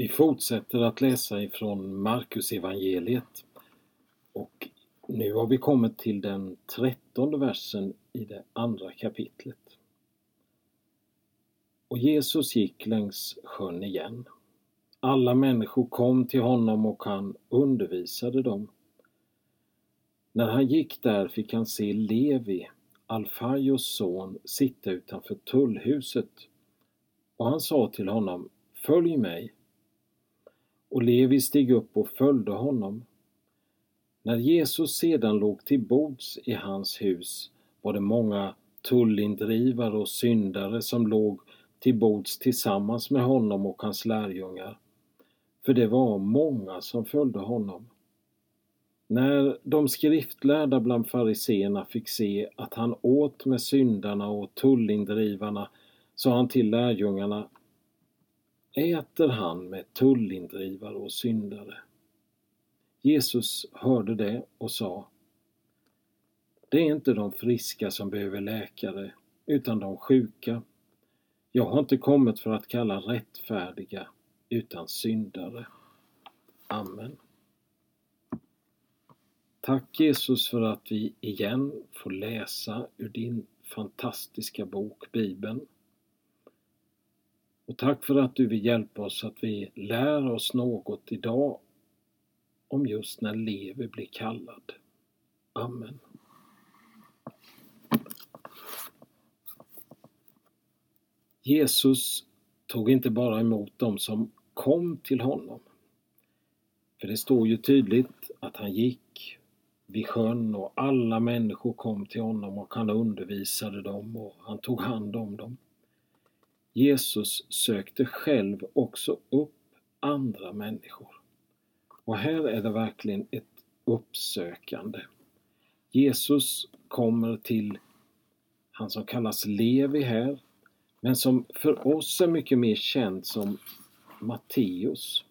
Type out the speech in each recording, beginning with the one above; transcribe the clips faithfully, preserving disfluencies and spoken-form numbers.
Vi fortsätter att läsa ifrån Markus evangeliet och nu har vi kommit till den trettonde versen i det andra kapitlet. Och Jesus gick längs sjön igen. Alla människor kom till honom och han undervisade dem. När han gick där fick han se Levi, Alfaios son, sitta utanför tullhuset. Och han sa till honom: "Följ mig." Och Levi steg upp och följde honom. När Jesus sedan låg till bords i hans hus var det många tullindrivare och syndare som låg till bords tillsammans med honom och hans lärjungar. För det var många som följde honom. När de skriftlärda bland fariseerna fick se att han åt med syndarna och tullindrivarna, sa han till lärjungarna: "Äter han med tullindrivare och syndare?" Jesus hörde det och sa: "Det är inte de friska som behöver läkare, utan de sjuka. Jag har inte kommit för att kalla rättfärdiga, utan syndare." Amen. Tack Jesus för att vi igen får läsa ur din fantastiska bok, Bibeln. Och tack för att du vill hjälpa oss att vi lär oss något idag om just när Levi blir kallad. Amen. Jesus tog inte bara emot dem som kom till honom. För det står ju tydligt att han gick vid sjön och alla människor kom till honom och han undervisade dem och han tog hand om dem. Jesus sökte själv också upp andra människor. Och här är det verkligen ett uppsökande. Jesus kommer till han som kallas Levi här, men som för oss är mycket mer känd som Matteus.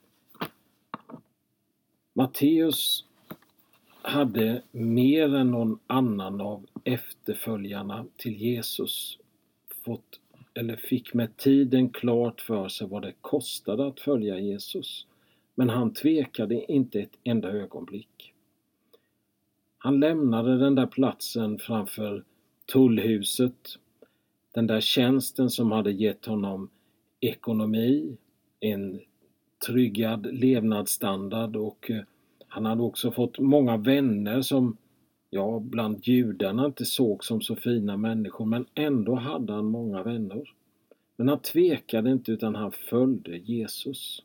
Matteus hade mer än någon annan av efterföljarna till Jesus fått eller fick med tiden klart för sig vad det kostade att följa Jesus. Men han tvekade inte ett enda ögonblick. Han lämnade den där platsen framför tullhuset, den där tjänsten som hade gett honom ekonomi, en tryggad levnadsstandard, och han hade också fått många vänner som ja, bland judarna inte såg som så fina människor, men ändå hade han många vänner. Men han tvekade inte utan han följde Jesus.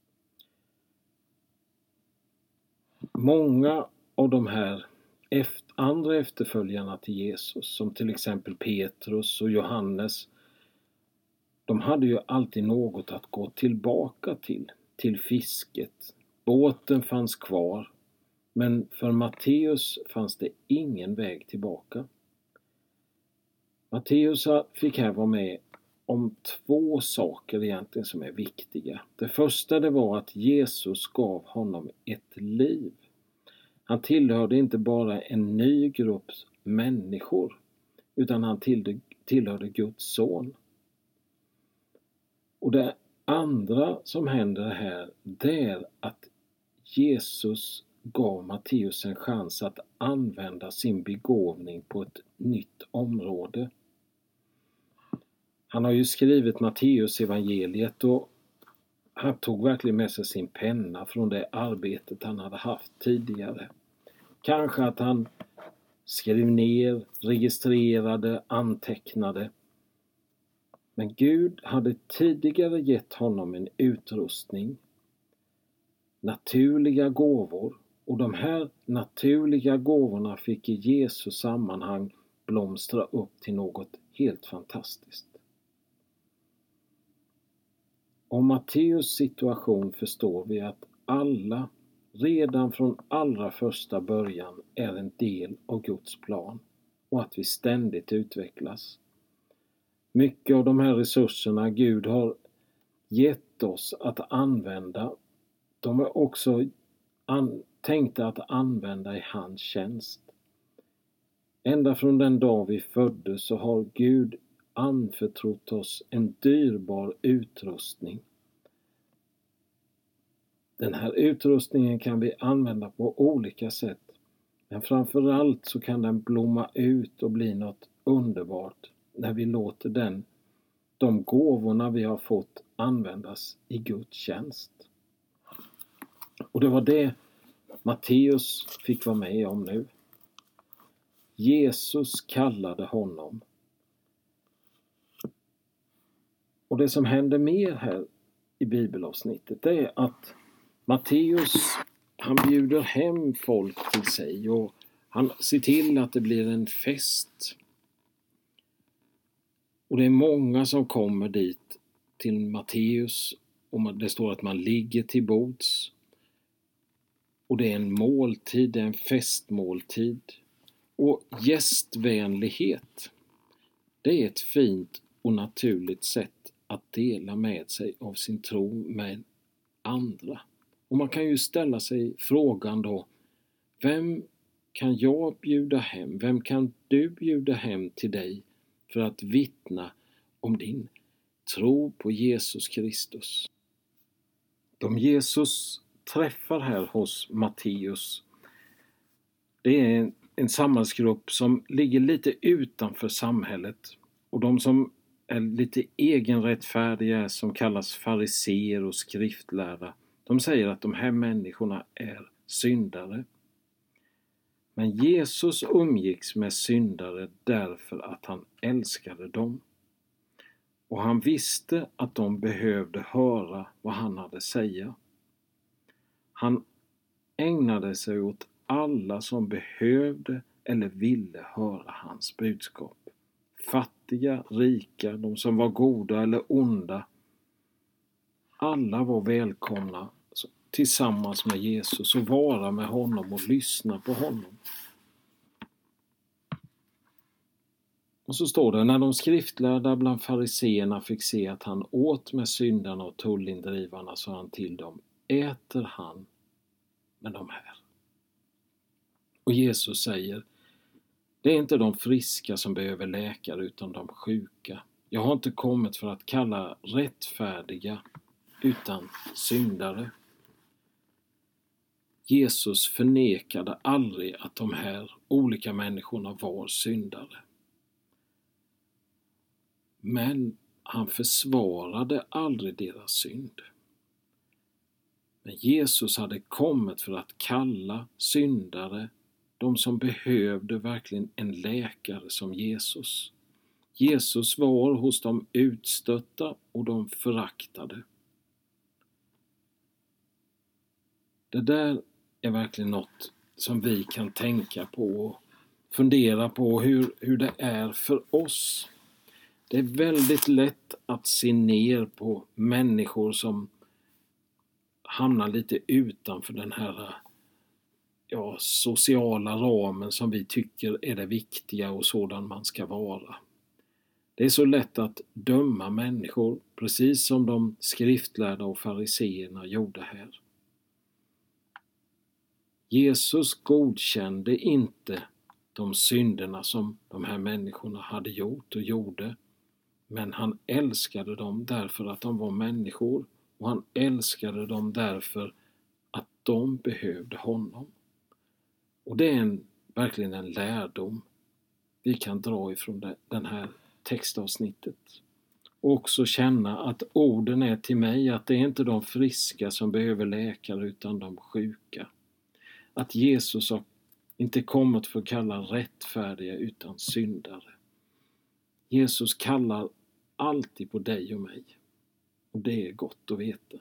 Många av de här efter, andra efterföljarna till Jesus, som till exempel Petrus och Johannes, de hade ju alltid något att gå tillbaka till, till fisket. Båten fanns kvar, men för Matteus fanns det ingen väg tillbaka. Matteus fick här vara med om två saker egentligen som är viktiga. Det första det var att Jesus gav honom ett liv. Han tillhörde inte bara en ny grupp människor, utan han tillhörde Guds son. Och det andra som händer här, det är att Jesus gav Matteus en chans att använda sin begåvning på ett nytt område. Han har ju skrivit Matteus evangeliet och han tog verkligen med sig sin penna från det arbetet han hade haft tidigare. Kanske att han skrev ner, registrerade, antecknade. Men Gud hade tidigare gett honom en utrustning, naturliga gåvor, och de här naturliga gåvorna fick i Jesu sammanhang blomstra upp till något helt fantastiskt. Om Matteus situation förstår vi att alla redan från allra första början är en del av Guds plan och att vi ständigt utvecklas. Mycket av de här resurserna Gud har gett oss att använda, de är också an- tänkta att använda i hans tjänst. Ända från den dag vi föddes så har Gud anförtrott oss en dyrbar utrustning. Den här utrustningen kan vi använda på olika sätt. Men framförallt så kan den blomma ut och bli något underbart när vi låter den, de gåvorna vi har fått användas i Guds tjänst. Och det var det Matteus fick vara med om nu. Jesus kallade honom. Och det som händer mer här i bibelavsnittet, det är att Matteus, han bjuder hem folk till sig och han ser till att det blir en fest. Och det är många som kommer dit till Matteus och det står att man ligger till bords. Och det är en måltid, det är en festmåltid. Och gästvänlighet, det är ett fint och naturligt sätt att dela med sig av sin tro med andra. Och man kan ju ställa sig frågan då, vem kan jag bjuda hem? Vem kan du bjuda hem till dig för att vittna om din tro på Jesus Kristus? De Jesus träffar här hos Matteus, det är en, en samhällsgrupp som ligger lite utanför samhället. Och de som är lite egenrättfärdiga, som kallas fariseer och skriftlärda, de säger att de här människorna är syndare. Men Jesus umgicks med syndare därför att han älskade dem. Och han visste att de behövde höra vad han hade att säga. Han ägnade sig åt alla som behövde eller ville höra hans budskap. Fattiga, rika, de som var goda eller onda. Alla var välkomna tillsammans med Jesus och vara med honom och lyssna på honom. Och så står det, när de skriftlärda bland fariseerna fick se att han åt med syndarna och tullindrivarna, sa han till dem, äter han med de här? Och Jesus säger, det är inte de friska som behöver läkare utan de sjuka. Jag har inte kommit för att kalla rättfärdiga utan syndare. Jesus förnekade aldrig att de här olika människorna var syndare. Men han försvarade aldrig deras synd. Men Jesus hade kommit för att kalla syndare, de som behövde verkligen en läkare som Jesus. Jesus var hos de utstötta och de föraktade. Det där är verkligen något som vi kan tänka på och fundera på hur, hur det är för oss. Det är väldigt lätt att se ner på människor som hamnar lite utanför den här ja, sociala ramen som vi tycker är det viktiga och sådan man ska vara. Det är så lätt att döma människor, precis som de skriftlärda och fariseerna gjorde här. Jesus godkände inte de synderna som de här människorna hade gjort och gjorde. Men han älskade dem därför att de var människor. Och han älskade dem därför att de behövde honom. Och det är en, verkligen en lärdom vi kan dra ifrån det, den här textavsnittet. Och också känna att orden är till mig, att det är inte de friska som behöver läkare utan de sjuka. Att Jesus har inte kommit för att kalla rättfärdiga utan syndare. Jesus kallar alltid på dig och mig. Och det är gott att veta.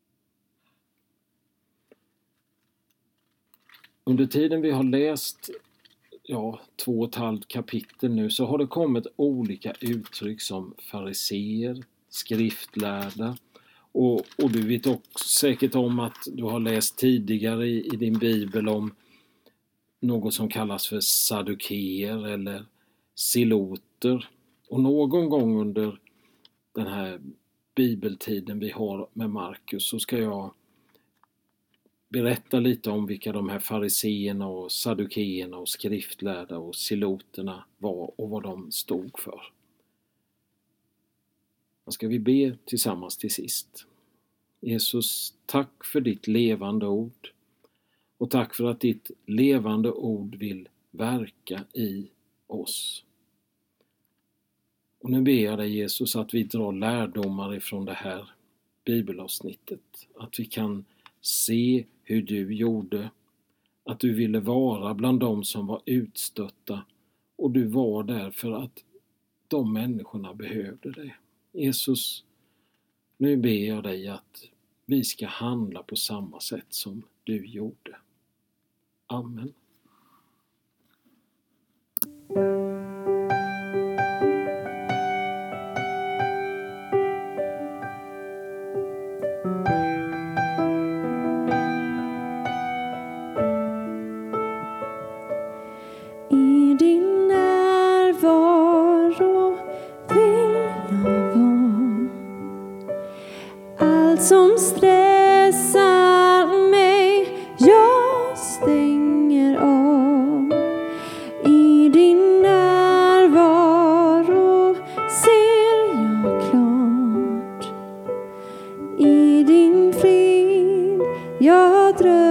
Under tiden vi har läst ja, två och ett halvt kapitel nu så har det kommit olika uttryck som fariseer, skriftlärda. Och, och du vet också säkert om att du har läst tidigare i, i din bibel om något som kallas för saddukeer eller siloter. Och någon gång under den här bibeltiden vi har med Markus så ska jag berätta lite om vilka de här fariseerna och saddukeerna och skriftlärda och siloterna var och vad de stod för. Då ska vi be tillsammans till sist. Jesus, tack för ditt levande ord. Och tack för att ditt levande ord vill verka i oss. Och nu ber jag dig, Jesus, att vi drar lärdomar ifrån det här bibelavsnittet. Att vi kan se hur du gjorde. Att du ville vara bland dem som var utstötta. Och du var där för att de människorna behövde det. Jesus, nu ber jag dig att vi ska handla på samma sätt som du gjorde. Amen. I din närvaro vill jag vara. Allt som stressar mig, jag stänger av. I din närvaro ser jag klart. I din frid jag drömmer.